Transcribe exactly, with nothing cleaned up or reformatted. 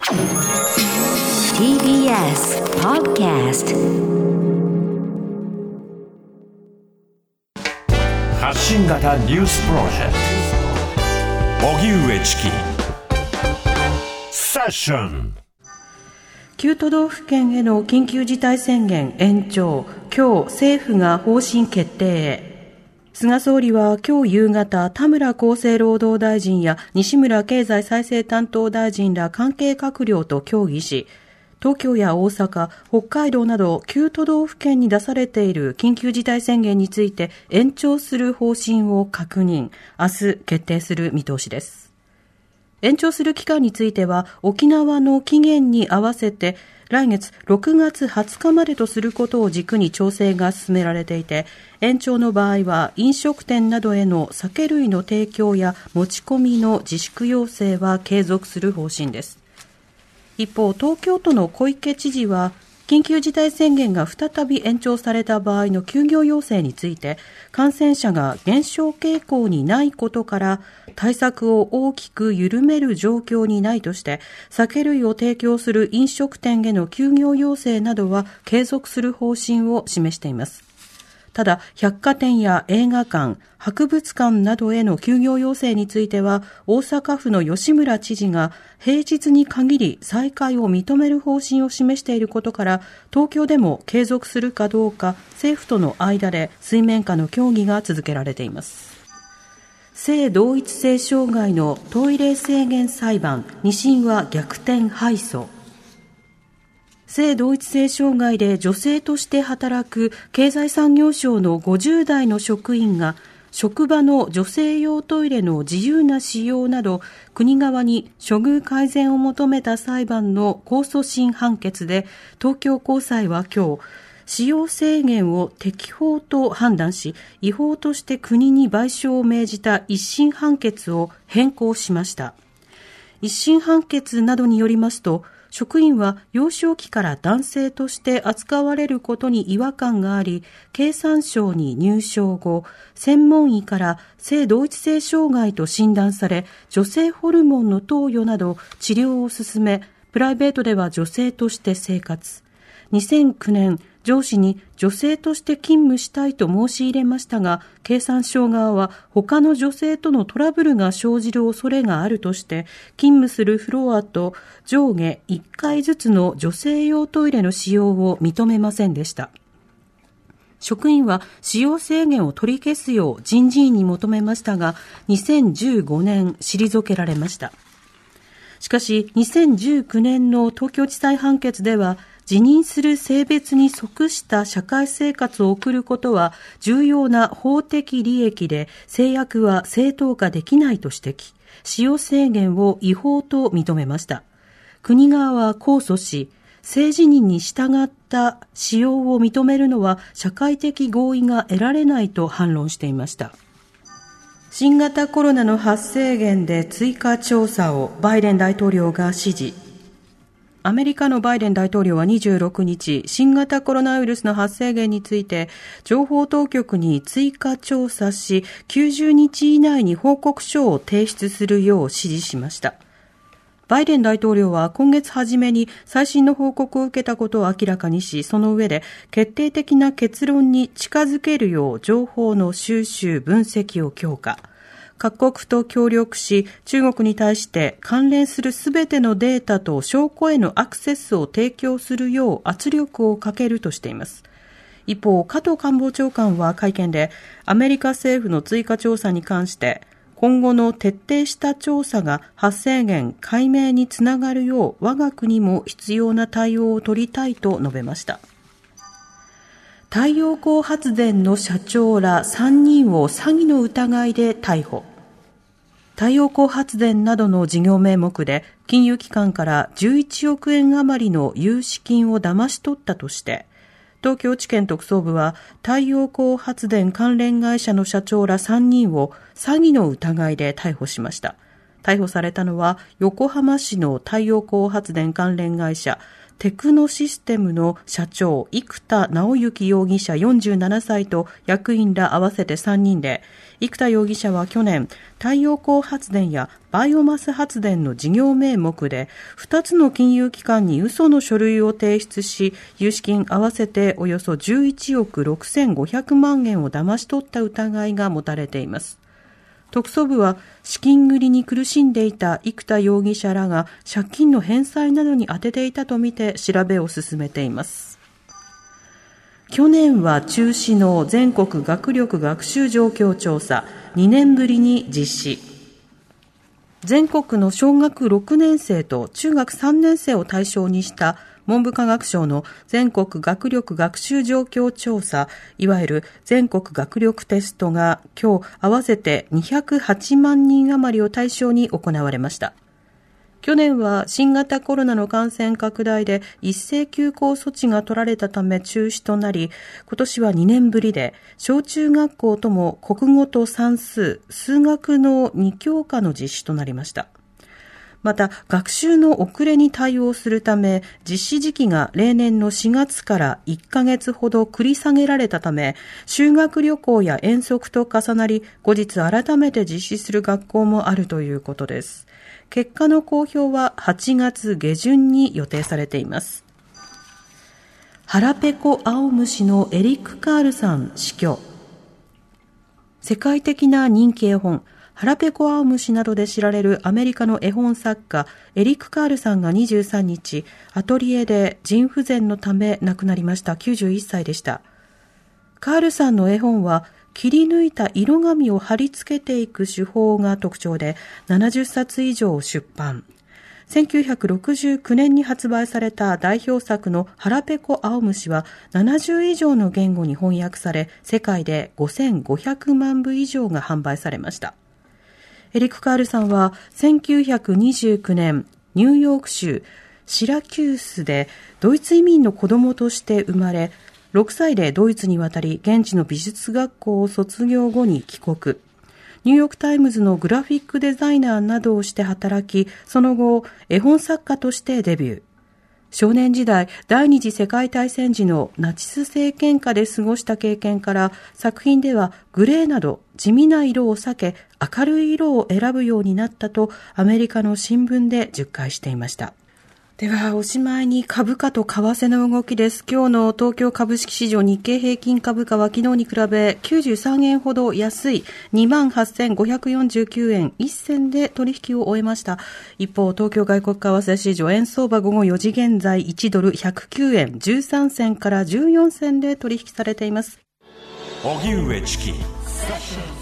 ティービーエス Podcast 発信型ニュースプロジェクト荻上チキセッション。 きゅう都道府県への緊急事態宣言延長、今日政府が方針決定へ。菅総理は今日夕方、田村厚生労働大臣や西村経済再生担当大臣ら関係閣僚と協議し、東京や大阪、北海道などきゅう都道府県に出されている緊急事態宣言について延長する方針を確認、明日決定する見通しです。延長する期間については、沖縄の期限に合わせて来月ろくがつはつかまでとすることを軸に調整が進められていて、延長の場合は飲食店などへの酒類の提供や持ち込みの自粛要請は継続する方針です。一方、東京都の小池知事は、緊急事態宣言が再び延長された場合の休業要請について、感染者が減少傾向にないことから対策を大きく緩める状況にないとして、酒類を提供する飲食店への休業要請などは継続する方針を示しています。ただ、百貨店や映画館、博物館などへの休業要請については、大阪府の吉村知事が平日に限り再開を認める方針を示していることから、東京でも継続するかどうか、政府との間で水面下の協議が続けられています。性同一性障害のトイレ制限裁判、二審は逆転敗訴。性同一性障害で女性として働く経済産業省のごじゅう代の職員が職場の女性用トイレの自由な使用など国側に処遇改善を求めた裁判の控訴審判決で、東京高裁は今日使用制限を適法と判断し、違法として国に賠償を命じた一審判決を変更しました。一審判決などによりますと、職員は幼少期から男性として扱われることに違和感があり、経産省に入省後、専門医から性同一性障害と診断され、女性ホルモンの投与など治療を進め、プライベートでは女性として生活。にせんきゅうねん、上司に女性として勤務したいと申し入れましたが、経産省側は他の女性とのトラブルが生じる恐れがあるとして、勤務するフロアと上下いっかいずつの女性用トイレの使用を認めませんでした。職員は使用制限を取り消すよう人事院に求めましたが、にせんじゅうごねん退けられました。しかし、にせんじゅうきゅうねんの東京地裁判決では、自認する性別に即した社会生活を送ることは重要な法的利益で、制約は正当化できないと指摘、使用制限を違法と認めました。国側は控訴し、性自認に従った使用を認めるのは社会的合意が得られないと反論していました。新型コロナの発生源で追加調査をバイデン大統領が指示。アメリカのバイデン大統領はにじゅうろくにち、新型コロナウイルスの発生源について、情報当局に追加調査し、きゅうじゅうにち以内に報告書を提出するよう指示しました。バイデン大統領は今月初めに最新の報告を受けたことを明らかにし、その上で決定的な結論に近づけるよう情報の収集・分析を強化。各国と協力し、中国に対して関連するすべてのデータと証拠へのアクセスを提供するよう圧力をかけるとしています。一方、加藤官房長官は会見で、アメリカ政府の追加調査に関して、今後の徹底した調査が発生源解明につながるよう、我が国も必要な対応を取りたいと述べました。太陽光発電の社長らさんにんを詐欺の疑いで逮捕。太陽光発電などの事業名目で金融機関からじゅういちおくえん余りの融資金を騙し取ったとして、東京地検特捜部は太陽光発電関連会社の社長らさんにんを詐欺の疑いで逮捕しました。 逮捕されたのは横浜市の太陽光発電関連会社テクノシステムの社長生田直之容疑者よんじゅうななさいと役員ら合わせてさんにんで、生田容疑者は去年太陽光発電やバイオマス発電の事業名目でふたつの金融機関に嘘の書類を提出し、融資金合わせておよそじゅういちおくろくせんごひゃくまんえんを騙し取った疑いが持たれています。特捜部は資金繰りに苦しんでいた生田容疑者らが借金の返済などに充てていたとみて調べを進めています。去年は中止の全国学力学習状況調査にねんぶりに実施。全国の小学ろくねんせいと中学さんねんせいを対象にした文部科学省の全国学力学習状況調査、いわゆる全国学力テストが今日合わせてにひゃくはちまんにん余りを対象に行われました。去年は新型コロナの感染拡大で一斉休校措置が取られたため中止となり、今年はにねんぶりで小中学校とも国語と算数、数学のに教科の実施となりました。また学習の遅れに対応するため実施時期が例年のしがつからいっかげつほど繰り下げられたため、修学旅行や遠足と重なり後日改めて実施する学校もあるということです。結果の公表ははちがつげじゅんに予定されています。腹ペコ青虫のエリック・カールさん死去。世界的な人気絵本腹ペコ青虫などで知られるアメリカの絵本作家エリック・カールさんがにじゅうさんにちアトリエで腎不全のため亡くなりました。きゅうじゅういっさいでした。カールさんの絵本は切り抜いた色紙を貼り付けていく手法が特徴でななじゅっさつ以上を出版。せんきゅうひゃくろくじゅうきゅうねんに発売された代表作の腹ペコ青虫はななじゅういじょうの言語に翻訳され、世界でごせんごひゃくまんぶ以上が販売されました。エリック・カールさんはせんきゅうひゃくにじゅうきゅうねんニューヨーク州シラキュースでドイツ移民の子供として生まれ、ろくさいでドイツに渡り現地の美術学校を卒業後に帰国。ニューヨークタイムズのグラフィックデザイナーなどをして働き、その後絵本作家としてデビュー。少年時代、第二次世界大戦時のナチス政権下で過ごした経験から、作品ではグレーなど地味な色を避け、明るい色を選ぶようになったとアメリカの新聞で述懐していました。ではおしまいに株価と為替の動きです。今日の東京株式市場日経平均株価は昨日に比べきゅうじゅうさんえんほど安い にまんはっせんごひゃくよんじゅうきゅうえんいっせんで取引を終えました。一方、東京外国為替市場円相場午後よじ現在いちドルひゃくきゅうえんじゅうさんせんからじゅうよんせんで取引されています。 荻上チキ